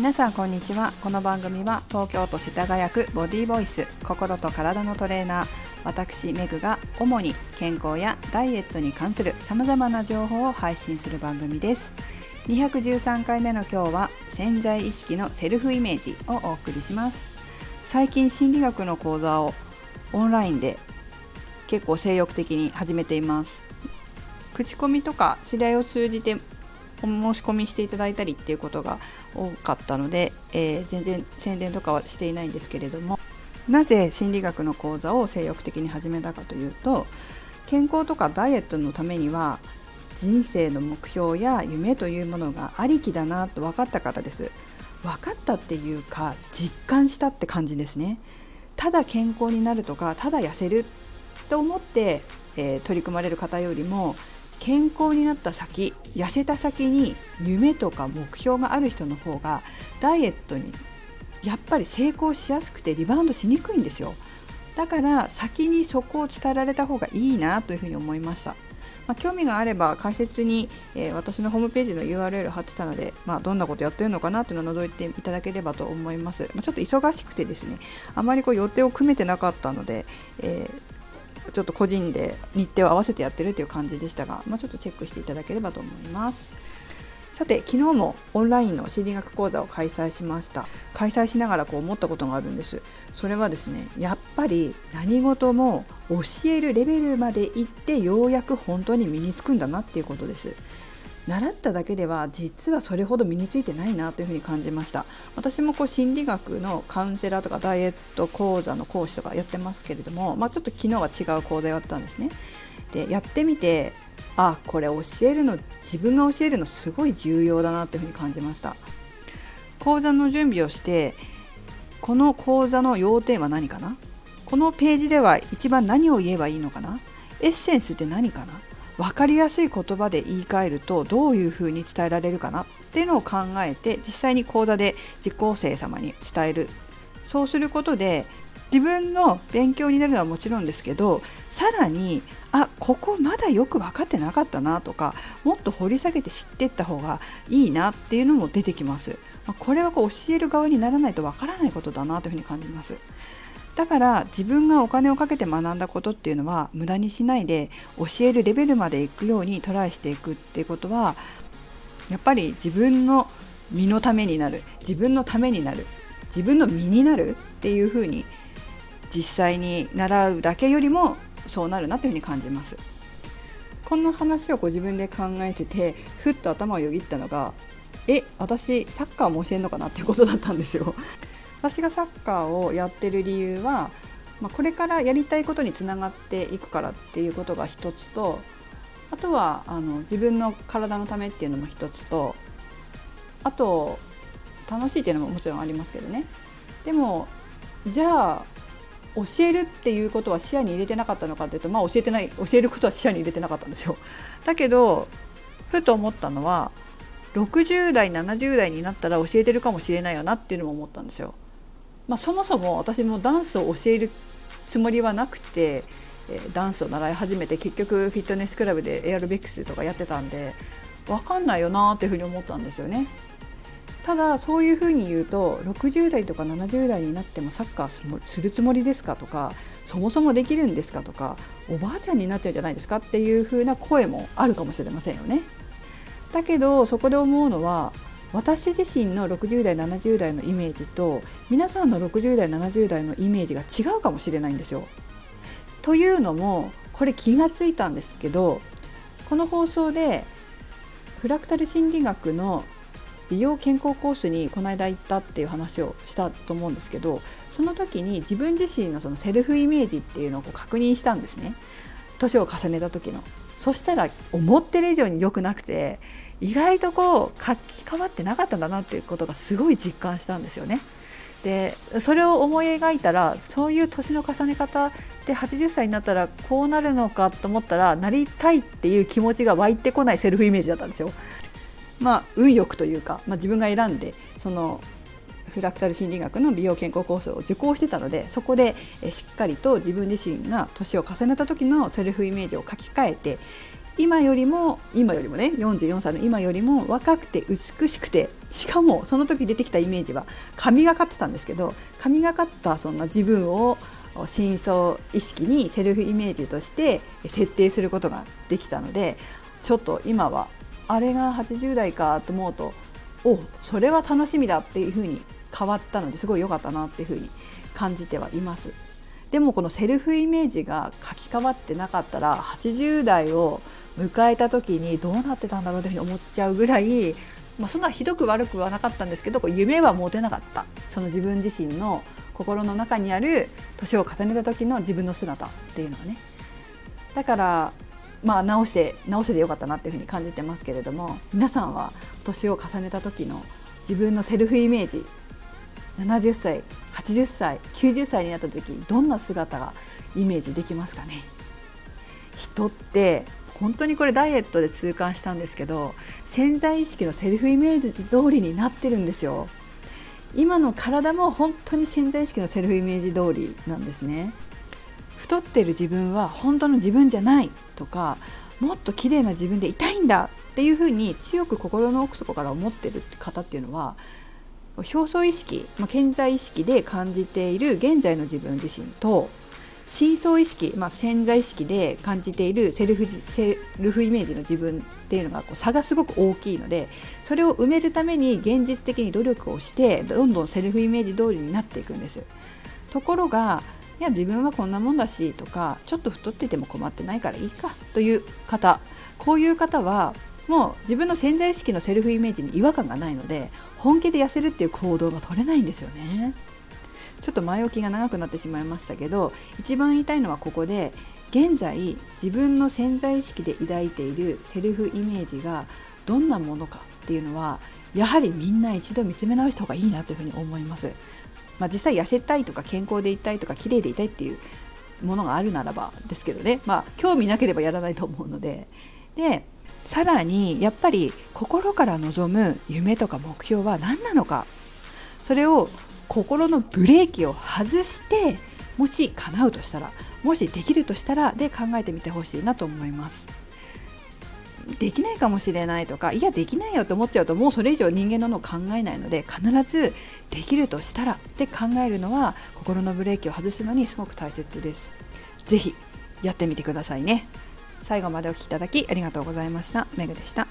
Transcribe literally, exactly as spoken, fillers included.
皆さんこんにちは。この番組は東京都世田谷区ボディボイス心と体のトレーナー私メグが主に健康やダイエットに関するさまざまな情報を配信する番組です。にひゃくじゅうさんかいめの今日は潜在意識のセルフイメージをお送りします。最近心理学の講座をオンラインで結構精力的に始めています。口コミとか知り合いを通じてお申し込みしていただいたりっていうことが多かったので、えー、全然宣伝とかはしていないんですけれども、なぜ心理学の講座を精力的に始めたかというと、健康とかダイエットのためには人生の目標や夢というものがありきだなと分かったからです。分かったっていうか実感したって感じですね。ただ健康になるとかただ痩せると思って、えー、取り組まれる方よりも、健康になった先、痩せた先に夢とか目標がある人の方がダイエットにやっぱり成功しやすくてリバウンドしにくいんですよ。だから先にそこを伝えられた方がいいなというふうに思いました。まあ、興味があれば解説に、えー、私のホームページの ユーアールエル 貼ってたので、まあ、どんなことやってるのかなというのを覗いていただければと思います。まあ、ちょっと忙しくてですね、あまりこう予定を組めてなかったので、えーちょっと個人で日程を合わせてやってるという感じでしたが、まあ、ちょっとチェックしていただければと思います。さて、昨日もオンラインの心理学講座を開催しました。開催しながらこう思ったことがあるんです。それはですね、やっぱり何事も教えるレベルまで行ってようやく本当に身につくんだなっていうことです。習っただけでは実はそれほど身についてないなというふうに感じました。私もこう心理学のカウンセラーとかダイエット講座の講師とかやってますけれども、まあ、ちょっと昨日は違う講座やったんですね。でやってみて、あ、これ教えるの、自分が教えるのすごい重要だなというふうに感じました。講座の準備をして、この講座の要点は何かな、このページでは一番何を言えばいいのかな、エッセンスって何かな、分かりやすい言葉で言い換えるとどういうふうに伝えられるかなっていうのを考えて、実際に講座で受講生様に伝える。そうすることで自分の勉強になるのはもちろんですけど、さらにあ、ここまだよく分かってなかったなとか、もっと掘り下げて知っていった方がいいなっていうのも出てきます。これはこう教える側にならないと分からないことだなというふうに感じます。だから自分がお金をかけて学んだことっていうのは無駄にしないで、教えるレベルまで行くようにトライしていくっていうことは、やっぱり自分の身のためになる、自分のためになる、自分の身になるっていうふうに、実際に習うだけよりもそうなるなというふうに感じます。こんな話をご自分で考えてて、ふっと頭をよぎったのが、え、私サッカーも教えるのかなっていうことだったんですよ。私がサッカーをやってる理由は、まあ、これからやりたいことにつながっていくからっていうことが一つと、あとはあの自分の体のためっていうのも一つと、あと楽しいっていうのももちろんありますけどね。でもじゃあ教えるっていうことは視野に入れてなかったのかというと、まあ、教えてない、教えることは視野に入れてなかったんですよ。だけどふと思ったのは、ろくじゅうだいななじゅうだいになったら教えてるかもしれないよなっていうのも思ったんですよ。まあ、そもそも私もダンスを教えるつもりはなくて、えー、ダンスを習い始めて、結局フィットネスクラブでエアロビクスとかやってたんで分かんないよなっていうふうに思ったんですよね。ただそういうふうに言うと、ろくじゅうだいとかななじゅうだいになってもサッカーするつもりですかとか、そもそもできるんですかとか、おばあちゃんになっちゃうんじゃないですかっていうふうな声もあるかもしれませんよね。だけどそこで思うのは、私自身のろくじゅうだいななじゅうだいのイメージと皆さんのろくじゅうだいななじゅうだいのイメージが違うかもしれないんですよ。というのも、これ気がついたんですけど、この放送でフラクタル心理学の美容健康コースにこの間行ったっていう話をしたと思うんですけど、その時に自分自身のそのセルフイメージっていうのをこう確認したんですね。年を重ねた時の。そしたら思ってる以上に良くなくて、意外とこう書き換わってなかったんだなっていうことがすごい実感したんですよね。でそれを思い描いたら、そういう年の重ね方ではちじゅっさいになったらこうなるのかと思ったら、なりたいっていう気持ちが湧いてこないセルフイメージだったんですよ。まあ運よくというか、まあ、自分が選んでそのフラクタル心理学の美容健康コースを受講してたので、そこでしっかりと自分自身が年を重ねた時のセルフイメージを書き換えて、今よりも今よりもねよんじゅうよんさいの今よりも若くて美しくてしかもその時出てきたイメージは神がかってたんですけど、神がかったそんな自分を深層意識にセルフイメージとして設定することができたので、ちょっと今はあれがはちじゅう代かと思うと、おそれは楽しみだっていう風に変わったので、すごい良かったなっていう風に感じてはいます。でもこのセルフイメージが書き換わってなかったら、はちじゅう代を迎えた時にどうなってたんだろうというふうに思っちゃうぐらい、まあ、そんなひどく悪くはなかったんですけど、こう夢は持てなかった。その自分自身の心の中にある年を重ねた時の自分の姿っていうのはね、だからまあ直して直せてよかったなっていうふうに感じてますけれども、皆さんは年を重ねた時の自分のセルフイメージ、ななじゅっさい、はちじゅっさい、きゅうじゅっさいになった時どんな姿がイメージできますかね。人って本当にこれダイエットで痛感したんですけど、潜在意識のセルフイメージ通りになってるんですよ。今の体も本当に潜在意識のセルフイメージ通りなんですね。太ってる自分は本当の自分じゃないとか、もっと綺麗な自分でいたいんだっていうふうに強く心の奥底から思ってる方っていうのは、表層意識、まあ、潜在意識で感じている現在の自分自身と、深層意識、まあ、潜在意識で感じているセルフ、セルフイメージの自分っていうのがこう差がすごく大きいので、それを埋めるために現実的に努力をしてどんどんセルフイメージ通りになっていくんです。ところが、いや自分はこんなもんだしとか、ちょっと太ってても困ってないからいいかという方、こういう方はもう自分の潜在意識のセルフイメージに違和感がないので、本気で痩せるっていう行動が取れないんですよね。ちょっと前置きが長くなってしまいましたけど、一番言いたいのはここで、現在自分の潜在意識で抱いているセルフイメージがどんなものかっていうのは、やはりみんな一度見つめ直した方がいいなというふうに思います。まあ、実際痩せたいとか健康でいたいとか綺麗でいたいっていうものがあるならばですけどね、まあ興味なければやらないと思うので、でさらにやっぱり心から望む夢とか目標は何なのか、それを心のブレーキを外して、もし叶うとしたら、もしできるとしたらで考えてみてほしいなと思います。できないかもしれないとか、いやできないよと思っちゃうと、もうそれ以上人間の脳を考えないので、必ずできるとしたらで考えるのは心のブレーキを外すのにすごく大切です。ぜひやってみてくださいね。最後までお聞きいただきありがとうございました。めぐでした。